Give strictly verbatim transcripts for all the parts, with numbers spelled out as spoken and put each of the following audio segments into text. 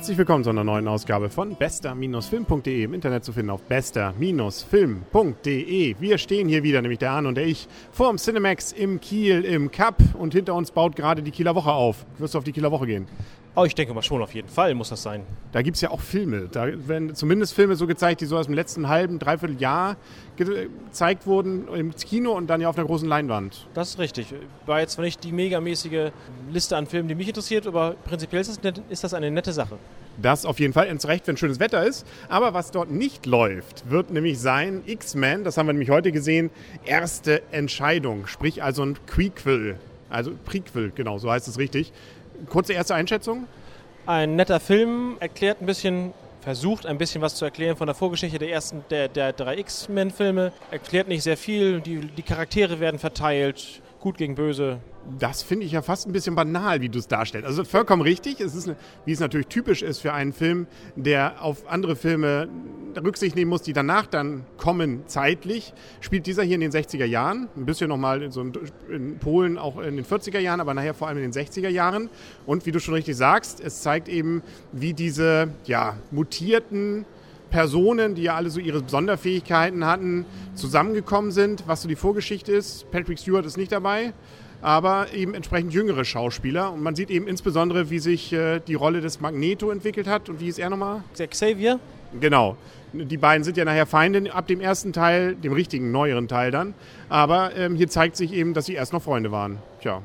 Herzlich willkommen zu einer neuen Ausgabe von bester Film punkt de, im Internet zu finden auf bester Film punkt de. Wir stehen hier wieder, nämlich der Arne und der ich, vorm Cinemax im Kiel im Cup und hinter uns baut gerade die Kieler Woche auf. Wirst du auf die Kieler Woche gehen? Oh, ich denke mal schon, auf jeden Fall muss das sein. Da gibt es ja auch Filme. Da werden zumindest Filme so gezeigt, die so aus dem letzten halben, dreiviertel Jahr ge- gezeigt wurden im Kino und dann ja auf einer großen Leinwand. Das ist richtig. War jetzt zwar nicht die megamäßige Liste an Filmen, die mich interessiert, aber prinzipiell ist das, net, ist das eine nette Sache. Das auf jeden Fall, ins Recht, wenn schönes Wetter ist. Aber was dort nicht läuft, wird nämlich sein X-Men, das haben wir nämlich heute gesehen, erste Entscheidung. Sprich also ein Prequel. Also Prequel, genau, so heißt es richtig. Kurze erste Einschätzung? Ein netter Film, erklärt ein bisschen, versucht ein bisschen was zu erklären von der Vorgeschichte der ersten, der, der drei X-Men-Filme. Erklärt nicht sehr viel, die, die Charaktere werden verteilt, gut gegen böse. Das finde ich ja fast ein bisschen banal, wie du es darstellst. Also vollkommen richtig. Es ist, eine, wie es natürlich typisch ist für einen Film, der auf andere Filme Rücksicht nehmen muss, die danach dann kommen zeitlich. Spielt dieser hier in den sechziger Jahren. Ein bisschen nochmal in, so in Polen auch in den vierziger Jahren, aber nachher vor allem in den sechziger Jahren. Und wie du schon richtig sagst, es zeigt eben, wie diese ja, mutierten Personen, die ja alle so ihre Sonderfähigkeiten hatten, zusammengekommen sind. Was so die Vorgeschichte ist. Patrick Stewart ist nicht dabei, aber eben entsprechend jüngere Schauspieler. Und man sieht eben insbesondere, wie sich äh, die Rolle des Magneto entwickelt hat. Und wie ist er nochmal? Der Xavier? Genau. Die beiden sind ja nachher Feinde ab dem ersten Teil, dem richtigen, neueren Teil dann. Aber ähm, hier zeigt sich eben, dass sie erst noch Freunde waren. Tja.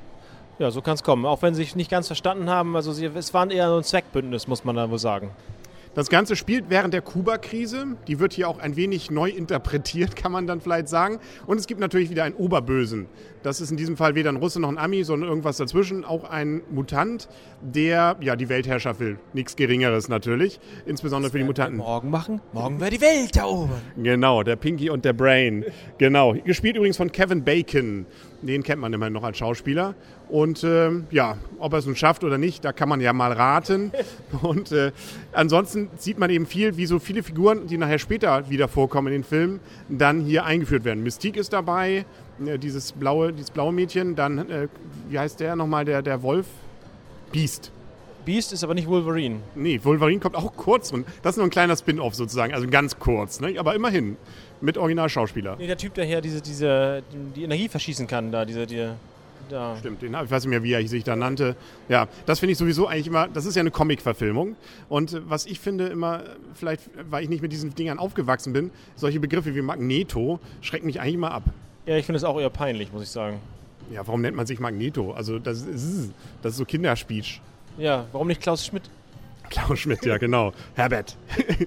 Ja, so kann es kommen. Auch wenn sie sich nicht ganz verstanden haben. Also sie, es waren eher so ein Zweckbündnis, muss man da wohl sagen. Das Ganze spielt während der Kuba-Krise. Die wird hier auch ein wenig neu interpretiert, kann man dann vielleicht sagen. Und es gibt natürlich wieder einen Oberbösen. Das ist in diesem Fall weder ein Russe noch ein Ami, sondern irgendwas dazwischen. Auch ein Mutant, der ja die Weltherrschaft will. Nichts Geringeres natürlich, insbesondere für die Mutanten. Morgen machen? Morgen wäre die Welt erobern. Genau, der Pinky und der Brain. Genau, gespielt übrigens von Kevin Bacon. Den kennt man immerhin noch als Schauspieler. Und äh, ja, ob er es nun schafft oder nicht, da kann man ja mal raten. Und äh, ansonsten sieht man eben viel, wie so viele Figuren, die nachher später wieder vorkommen in den Filmen, dann hier eingeführt werden. Mystique ist dabei, äh, dieses blaue, dieses blaue Mädchen. Dann, äh, wie heißt der nochmal, der, der Wolf? Beast. Beast ist aber nicht Wolverine. Nee, Wolverine kommt auch kurz. Und das ist nur ein kleiner Spin-Off sozusagen, also ganz kurz. Ne? Aber immerhin, mit Originalschauspieler. Nee, der Typ, der hier diese, diese, die Energie verschießen kann, da, diese, die, da. Stimmt, den, ich weiß nicht mehr, wie er sich da nannte. Ja, das finde ich sowieso eigentlich immer, das ist ja eine Comic-Verfilmung. Und was ich finde immer, vielleicht, weil ich nicht mit diesen Dingern aufgewachsen bin, solche Begriffe wie Magneto schrecken mich eigentlich immer ab. Ja, ich finde es auch eher peinlich, muss ich sagen. Ja, warum nennt man sich Magneto? Also das ist, das ist so Kinderspeech. Ja, warum nicht Klaus Schmidt? Klaus Schmidt, ja genau. Herbert.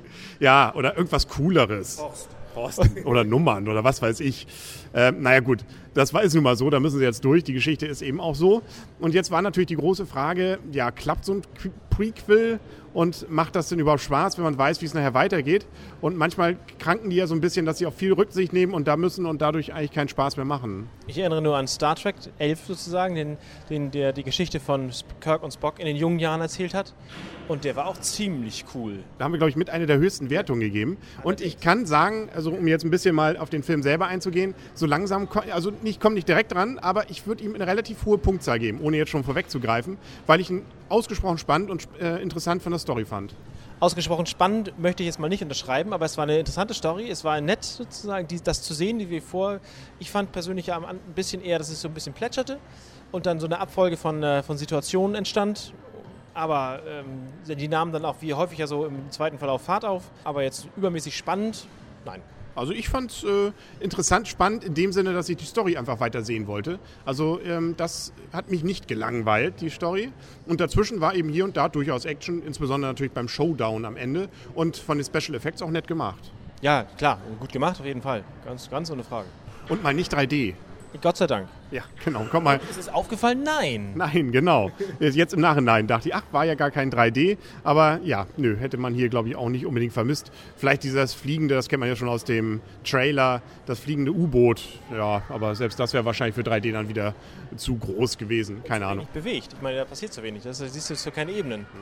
Ja, oder irgendwas Cooleres. Horst. Horst. Oder Nummern oder was weiß ich. Ähm, naja gut, das war ist nun mal so, da müssen sie jetzt durch. Die Geschichte ist eben auch so. Und jetzt war natürlich die große Frage, ja, klappt so ein Prequel und macht das denn überhaupt Spaß, wenn man weiß, wie es nachher weitergeht? Und manchmal kranken die ja so ein bisschen, dass sie auf viel Rücksicht nehmen und da müssen und dadurch eigentlich keinen Spaß mehr machen. Ich erinnere nur an Star Trek elf sozusagen, den, den, der die Geschichte von Kirk und Spock in den jungen Jahren erzählt hat. Und der war auch ziemlich cool. Da haben wir, glaube ich, mit einer der höchsten Wertungen gegeben. Und ich kann sagen, also um jetzt ein bisschen mal auf den Film selber einzugehen, so langsam, also ich komme nicht direkt dran, aber ich würde ihm eine relativ hohe Punktzahl geben, ohne jetzt schon vorwegzugreifen, weil ich ihn ausgesprochen spannend und äh, interessant von der Story fand. Ausgesprochen spannend möchte ich jetzt mal nicht unterschreiben, aber es war eine interessante Story. Es war nett sozusagen, die, das zu sehen, die wir vor. Ich fand persönlich ja ein bisschen eher, dass es so ein bisschen plätscherte und dann so eine Abfolge von, äh, von Situationen entstand. Aber ähm, die nahmen dann auch wie häufig ja so im zweiten Verlauf Fahrt auf. Aber jetzt übermäßig spannend, nein. Also ich fand es äh, interessant, spannend in dem Sinne, dass ich die Story einfach weiter sehen wollte. Also ähm, das hat mich nicht gelangweilt, die Story. Und dazwischen war eben hier und da durchaus Action, insbesondere natürlich beim Showdown am Ende. Und von den Special Effects auch nett gemacht. Ja, klar, gut gemacht auf jeden Fall. Ganz, ganz ohne Frage. Und mal nicht drei D. Gott sei Dank. Ja, genau. Komm mal. Ist es aufgefallen? Nein. Nein, genau. Jetzt im Nachhinein dachte ich, ach, war ja gar kein drei D. Aber ja, nö, hätte man hier, glaube ich, auch nicht unbedingt vermisst. Vielleicht dieses fliegende, das kennt man ja schon aus dem Trailer, das fliegende U-Boot. Ja, aber selbst das wäre wahrscheinlich für drei D dann wieder zu groß gewesen. Keine Ahnung. Nicht bewegt. Ich meine, da passiert so wenig. Das siehst du so keine Ebenen.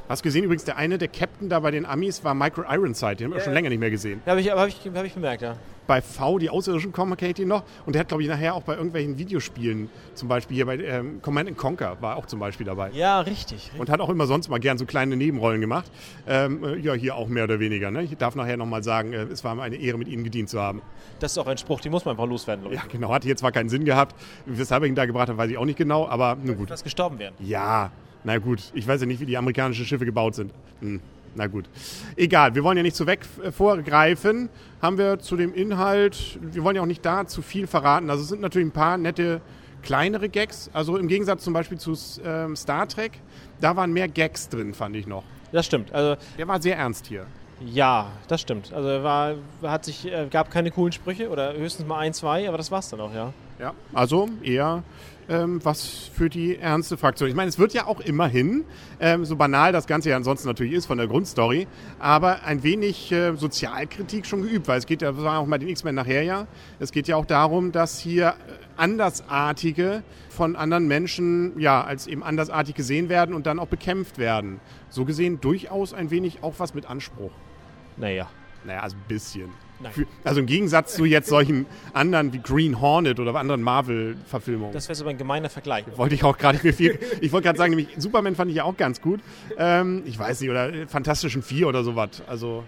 Hast gesehen übrigens, der eine, der Captain da bei den Amis war Michael Ironside, den haben wir Ja, schon ja. länger nicht mehr gesehen. Ja, habe ich, hab ich, hab ich bemerkt, ja. Bei V, die Außerirdischen kommen, kennt ihn noch. Und der hat, glaube ich, nachher auch bei irgendwelchen Videospielen, zum Beispiel hier bei ähm, Command and Conquer, war auch zum Beispiel dabei. Ja, richtig. richtig. Und hat auch immer sonst mal gern so kleine Nebenrollen gemacht. Ähm, äh, ja, hier auch mehr oder weniger. Ne? Ich darf nachher nochmal sagen, äh, es war mir eine Ehre, mit Ihnen gedient zu haben. Das ist auch ein Spruch, den muss man einfach loswerden, glaube ich. Ja, genau. Hat hier zwar keinen Sinn gehabt. Weshalb er ihn da gebracht hat, weiß ich auch nicht genau. Aber nun gut. Dass gestorben werden. Ja, na gut. Ich weiß ja nicht, wie die amerikanischen Schiffe gebaut sind. Hm. Na gut. Egal, wir wollen ja nicht zu weg äh, vorgreifen. Haben wir zu dem Inhalt, wir wollen ja auch nicht da zu viel verraten. Also es sind natürlich ein paar nette kleinere Gags. Also im Gegensatz zum Beispiel zu ähm, Star Trek, da waren mehr Gags drin, fand ich noch. Das stimmt. Also, Der war sehr ernst hier. ja, das stimmt. Also er war, hat sich, äh, gab keine coolen Sprüche oder höchstens mal ein, zwei, aber das war's dann auch, ja. Ja, also eher ähm, was für die ernste Fraktion. Ich meine, es wird ja auch immerhin, ähm, so banal das Ganze ja ansonsten natürlich ist von der Grundstory, aber ein wenig äh, Sozialkritik schon geübt, weil es geht ja, das war auch mal den X-Men nachher ja, es geht ja auch darum, dass hier Andersartige von anderen Menschen ja als eben andersartig gesehen werden und dann auch bekämpft werden. So gesehen durchaus ein wenig auch was mit Anspruch. Naja. Naja, also ein bisschen. Nein. Für, also im Gegensatz zu jetzt solchen anderen wie Green Hornet oder anderen Marvel-Verfilmungen. Das wäre so ein gemeiner Vergleich. Wollte ich auch gerade viel. Ich wollte gerade sagen, nämlich Superman fand ich ja auch ganz gut. Ähm, ich weiß nicht, oder Fantastischen Vier oder sowas. Also,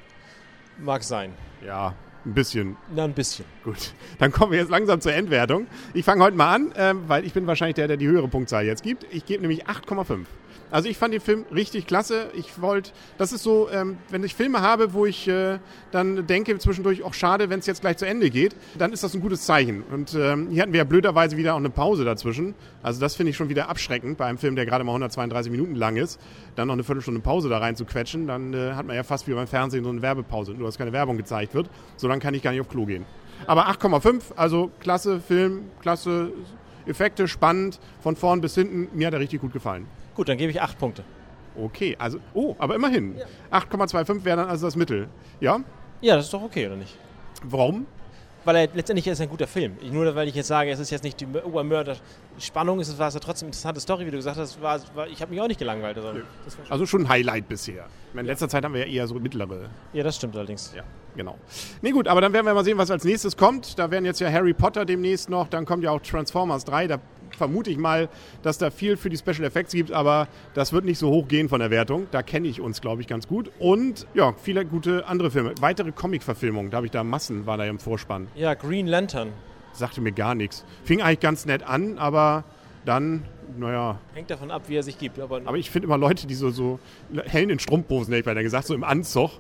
Mag sein. ja, ein bisschen. Na, ein bisschen. Gut. Dann kommen wir jetzt langsam zur Endwertung. Ich fange heute mal an, ähm, weil ich bin wahrscheinlich der, der die höhere Punktzahl jetzt gibt. Ich gebe nämlich acht Komma fünf. Also ich fand den Film richtig klasse. Ich wollte, das ist so, ähm, wenn ich Filme habe, wo ich äh, dann denke zwischendurch, auch schade, wenn es jetzt gleich zu Ende geht, dann ist das ein gutes Zeichen. Und ähm, hier hatten wir ja blöderweise wieder auch eine Pause dazwischen. Also das finde ich schon wieder abschreckend bei einem Film, der gerade mal hundertzweiunddreißig Minuten lang ist. Dann noch eine Viertelstunde Pause da rein zu quetschen, dann äh, hat man ja fast wie beim Fernsehen so eine Werbepause, nur dass keine Werbung gezeigt wird. So lange kann ich gar nicht auf Klo gehen. Aber acht Komma fünf, also klasse Film, klasse Effekte, spannend, von vorn bis hinten. Mir hat er richtig gut gefallen. Gut, dann gebe ich acht Punkte. Okay, also, oh, aber immerhin. Ja. acht Komma fünfundzwanzig wäre dann also das Mittel. Ja? Ja, das ist doch okay, oder nicht? Warum? Weil er letztendlich ist ein guter Film. Ich, nur weil ich jetzt sage, es ist jetzt nicht die Obermörder Spannung, ist es, war es ja trotzdem eine interessante Story, wie du gesagt hast. War, war, ich habe mich auch nicht gelangweilt. Also, das war schon Also schon ein Highlight bisher. In letzter Zeit haben wir ja eher so mittlere. ja, das stimmt allerdings. Ja, genau. Nee, gut, aber dann werden wir mal sehen, was als nächstes kommt. Da werden jetzt ja Harry Potter demnächst noch, dann kommt ja auch Transformers drei. Da vermute ich mal, dass da viel für die Special Effects gibt, aber das wird nicht so hoch gehen von der Wertung. Da kenne ich uns, glaube ich, ganz gut. Und ja, viele gute andere Filme. Weitere Comic-Verfilmungen, da habe ich da Massen, war da im Vorspann. Ja, Green Lantern. Sagte mir gar nichts. Fing eigentlich ganz nett an, aber dann, naja. Hängt davon ab, wie er sich gibt. Aber, Aber ich finde immer Leute, die so, so hellen in Strumpfhosen, hätte ich beinahe gesagt, so im Anzug.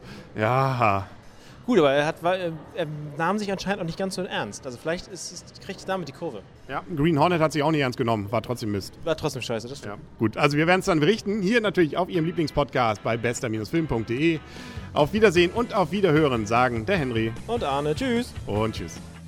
Ja, gut, aber er, hat, war, er nahm sich anscheinend auch nicht ganz so ernst. Also vielleicht ist, ist, kriegt er damit die Kurve. ja. Green Hornet hat sich auch nicht ernst genommen, war trotzdem Mist. War trotzdem scheiße, das stimmt. Ja, gut, also wir werden es dann berichten. Hier natürlich auf Ihrem Lieblingspodcast bei bester Film punkt de. Auf Wiedersehen und auf Wiederhören sagen der Henry Und Arne, tschüss. und tschüss.